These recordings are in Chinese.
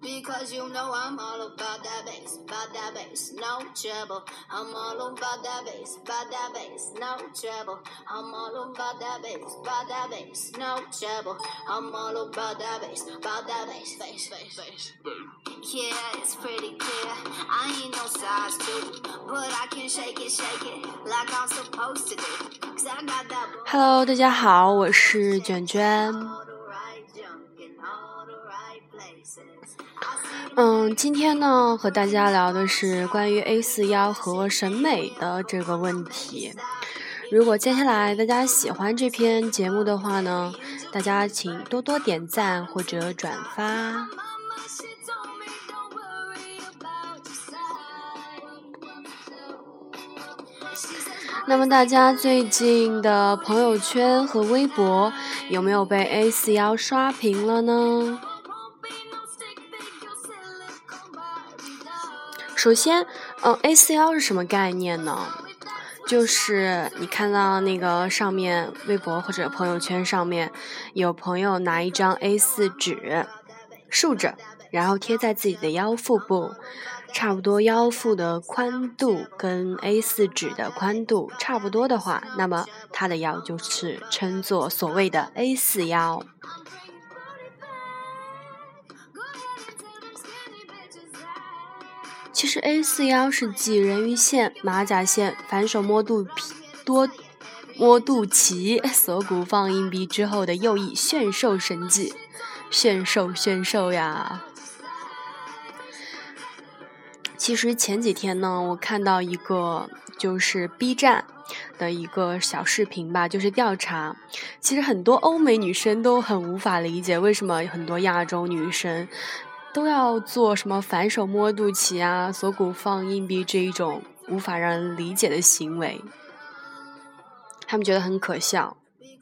Because you know I'm all about that bass, no trouble. I'm all about that bass, no trouble. I'm all about that bass, no trouble. I'm all about that bass, bass. Yeah, it's pretty clear. I ain't no size 2, but I can shake it like I'm supposed to do. 'Cause I got that. Hello， 大家好，我是卷卷。今天呢和大家聊的是关于 A41和审美的这个问题。如果接下来大家喜欢这篇节目的话呢，大家请多多点赞或者转发。那么大家最近的朋友圈和微博有没有被 A41刷屏了呢？首先A41是什么概念呢？就是你看到那个上面微博或者朋友圈上面有朋友拿一张 A4 纸竖着，然后贴在自己的腰腹部，差不多腰腹的宽度跟 A4 纸的宽度差不多的话，那么它的腰就是称作所谓的 A4 腰。其实 A4 腰是继人鱼线、马甲线、反手摸肚脐、锁骨放硬币之后的又一炫瘦神技。炫瘦呀！其实前几天呢，我看到一个就是 B 站的一个小视频吧，就是调查。其实很多欧美女生都很无法理解，为什么很多亚洲女生都要做什么反手摸肚脐啊、锁骨放硬币这一种无法让人理解的行为，他们觉得很可笑。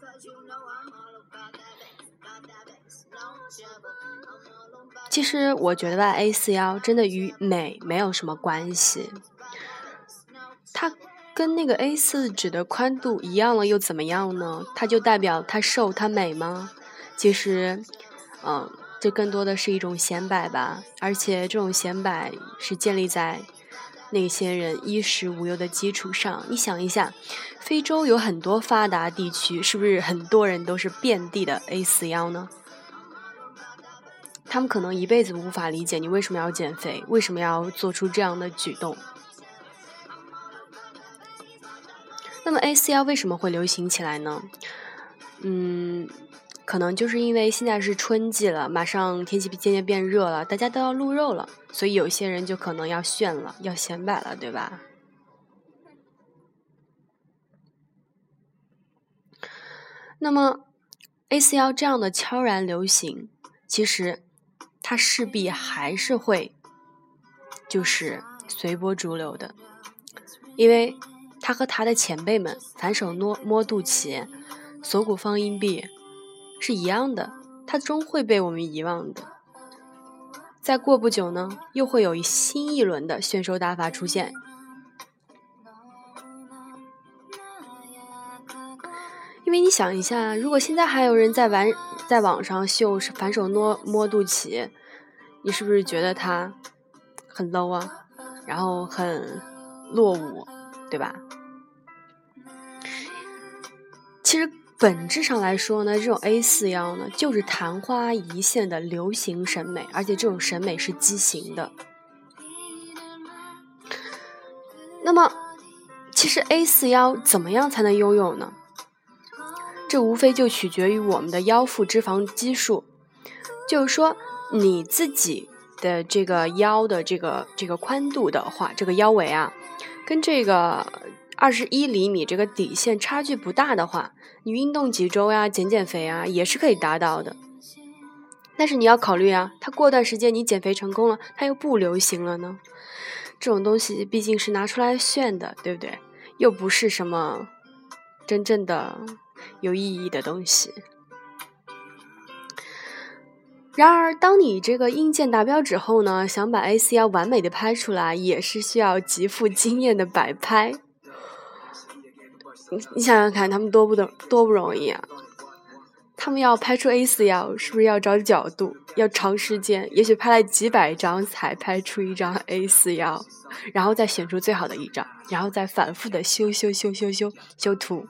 其实我觉得吧 A41真的与美没有什么关系，它跟那个 A4 纸的宽度一样了又怎么样呢？它就代表它瘦它美吗？其实这更多的是一种显摆吧，而且这种显摆是建立在那些人衣食无忧的基础上。你想一下，非洲有很多发达地区，是不是很多人都是遍地的 A41呢？他们可能一辈子无法理解你为什么要减肥，为什么要做出这样的举动。那么 A41为什么会流行起来呢？可能就是因为现在是春季了，马上天气渐渐变热了，大家都要露肉了，所以有些人就可能要炫了，要显摆了，对吧？那么 A41这样的悄然流行，其实它势必还是会就是随波逐流的，因为他和他的前辈们反手摸肚脐、锁骨放硬币是一样的，它终会被我们遗忘的。再过不久呢，又会有新一轮的炫瘦打法出现。因为你想一下，如果现在还有人在网上秀反手摸肚脐，你是不是觉得他很 low 啊，然后很落伍，对吧？其实本质上来说呢，这种 A41呢就是昙花一现的流行审美，而且这种审美是畸形的。那么其实 A41怎么样才能拥有呢？这无非就取决于我们的腰腹脂肪基数，就是说你自己的这个腰的这个宽度的话，这个腰围啊，跟这个21厘米这个底线差距不大的话，你运动几周呀，减肥啊，也是可以达到的。但是你要考虑啊，它过段时间你减肥成功了，它又不流行了呢。这种东西毕竟是拿出来炫的，对不对？又不是什么真正的有意义的东西。然而当你这个硬件达标之后呢，想把 A41完美的拍出来，也是需要极富经验的摆拍。你想想看，他们多不容易啊！ 他们要拍出 A4 腰，是不是要找角度，要长时间，也许拍了几百张才拍出一张 A4 腰，然后再选出最好的一张，然后再反复的修图。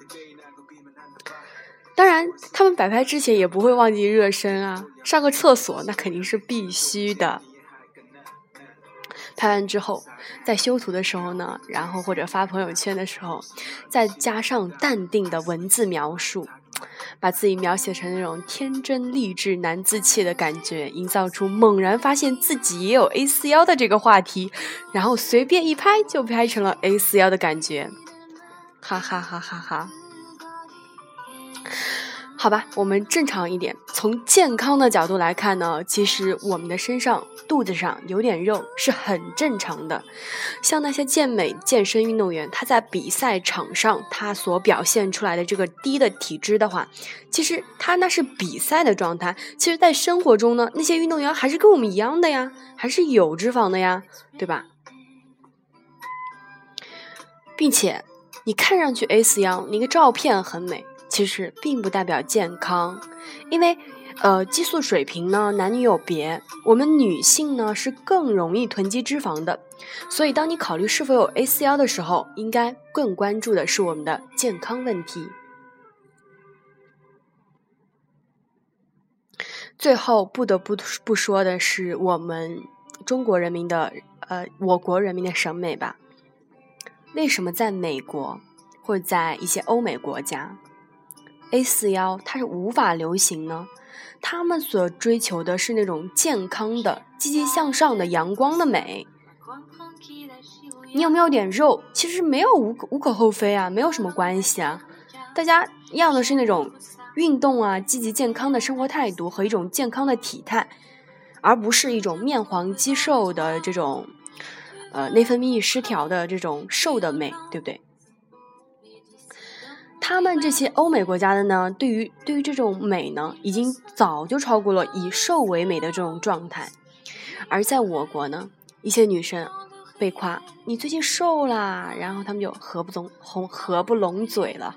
当然他们摆拍之前也不会忘记热身啊，上个厕所那肯定是必须的。拍完之后在修图的时候呢，然后或者发朋友圈的时候，再加上淡定的文字描述，把自己描写成那种天真励志难自弃的感觉，营造出猛然发现自己也有 A4 腰的这个话题，然后随便一拍就拍成了 A4 腰的感觉，哈哈哈哈哈。好吧，我们正常一点，从健康的角度来看呢，其实我们的身上肚子上有点肉是很正常的。像那些健美健身运动员，他在比赛场上他所表现出来的这个低的体脂的话，其实他那是比赛的状态，其实在生活中呢，那些运动员还是跟我们一样的呀，还是有脂肪的呀，对吧？并且你看上去 A4 腰，你个照片很美，其实并不代表健康，因为激素水平呢男女有别，我们女性呢是更容易囤积脂肪的，所以当你考虑是否有 A4 腰的时候，应该更关注的是我们的健康问题。最后不得不说的是我们中国人民的我国人民的审美吧。为什么在美国或者在一些欧美国家A4 腰它是无法流行呢？他们所追求的是那种健康的、积极向上的、阳光的美。你有没有点肉？其实没有无可厚非啊，没有什么关系啊。大家要的是那种运动啊、积极健康的生活态度和一种健康的体态，而不是一种面黄肌瘦的这种内分泌失调的这种瘦的美，对不对？他们这些欧美国家的呢，对于这种美呢，已经早就超过了以瘦为美的这种状态。而在我国呢，一些女生被夸你最近瘦啦，然后他们就合不拢嘴了。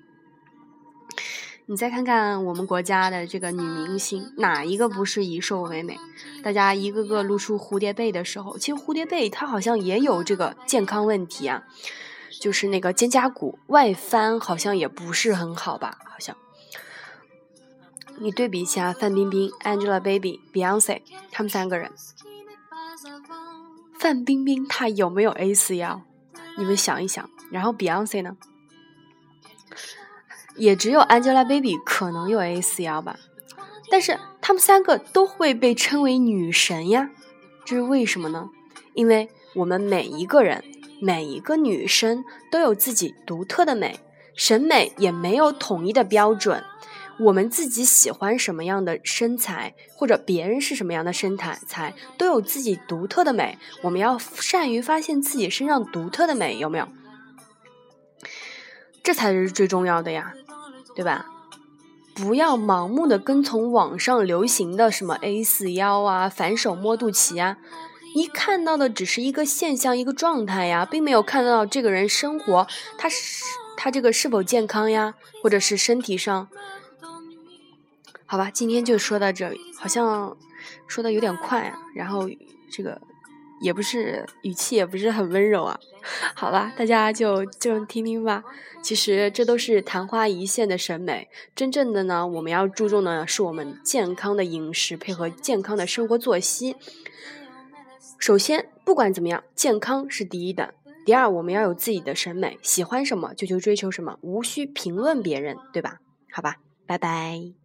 你再看看我们国家的这个女明星，哪一个不是以瘦为美？大家一个个露出蝴蝶背的时候，其实蝴蝶背它好像也有这个健康问题啊，就是那个肩胛骨外翻好像也不是很好吧，好像。你对比一下范冰冰、Angelababy、Beyonce 他们三个人，范冰冰她有没有 A4 腰？你们想一想。然后 Beyonce 呢？也只有 Angelababy 可能有 A4 腰吧，但是他们三个都会被称为女神呀，这是为什么呢？因为我们每一个人、每一个女生都有自己独特的美，审美也没有统一的标准，我们自己喜欢什么样的身材，或者别人是什么样的身材，都有自己独特的美，我们要善于发现自己身上独特的美，有没有？这才是最重要的呀，对吧？不要盲目的跟从网上流行的什么 A4 腰啊、反手摸肚脐啊，你看到的只是一个现象、一个状态呀，并没有看到这个人生活他这个是否健康呀，或者是身体上。好吧，今天就说到这里，好像说的有点快啊，然后这个也不是语气也不是很温柔啊。好吧，大家就听听吧。其实这都是昙花一现的审美，真正的呢，我们要注重的是我们健康的饮食配合健康的生活作息。首先，不管怎么样，健康是第一的。第二，我们要有自己的审美，喜欢什么就追求什么，无需评论别人，对吧？好吧，拜拜。